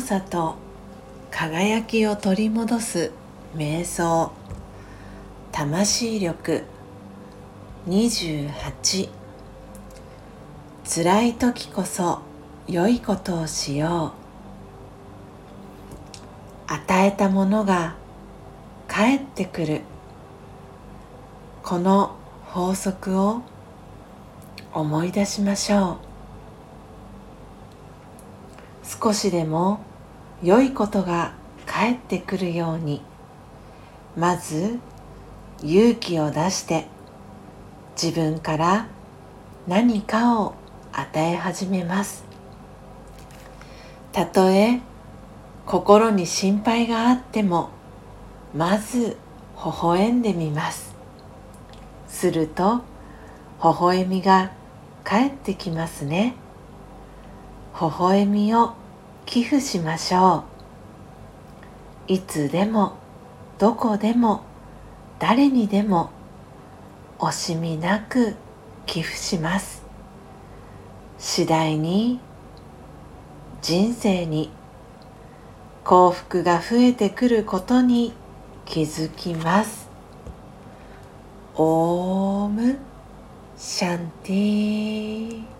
さと輝きを取り戻す瞑想。魂力28。辛い時こそ良いことをしよう。与えたものが返ってくる。この法則を思い出しましょう。少しでも良いことが返ってくるように、まず勇気を出して自分から何かを与え始めます。たとえ心に心配があっても、まず微笑んでみます。すると微笑みが返ってきますね。微笑みを寄付しましょう。いつでもどこでも誰にでも惜しみなく寄付します。次第に人生に幸福が増えてくることに気づきます。オームシャンティー。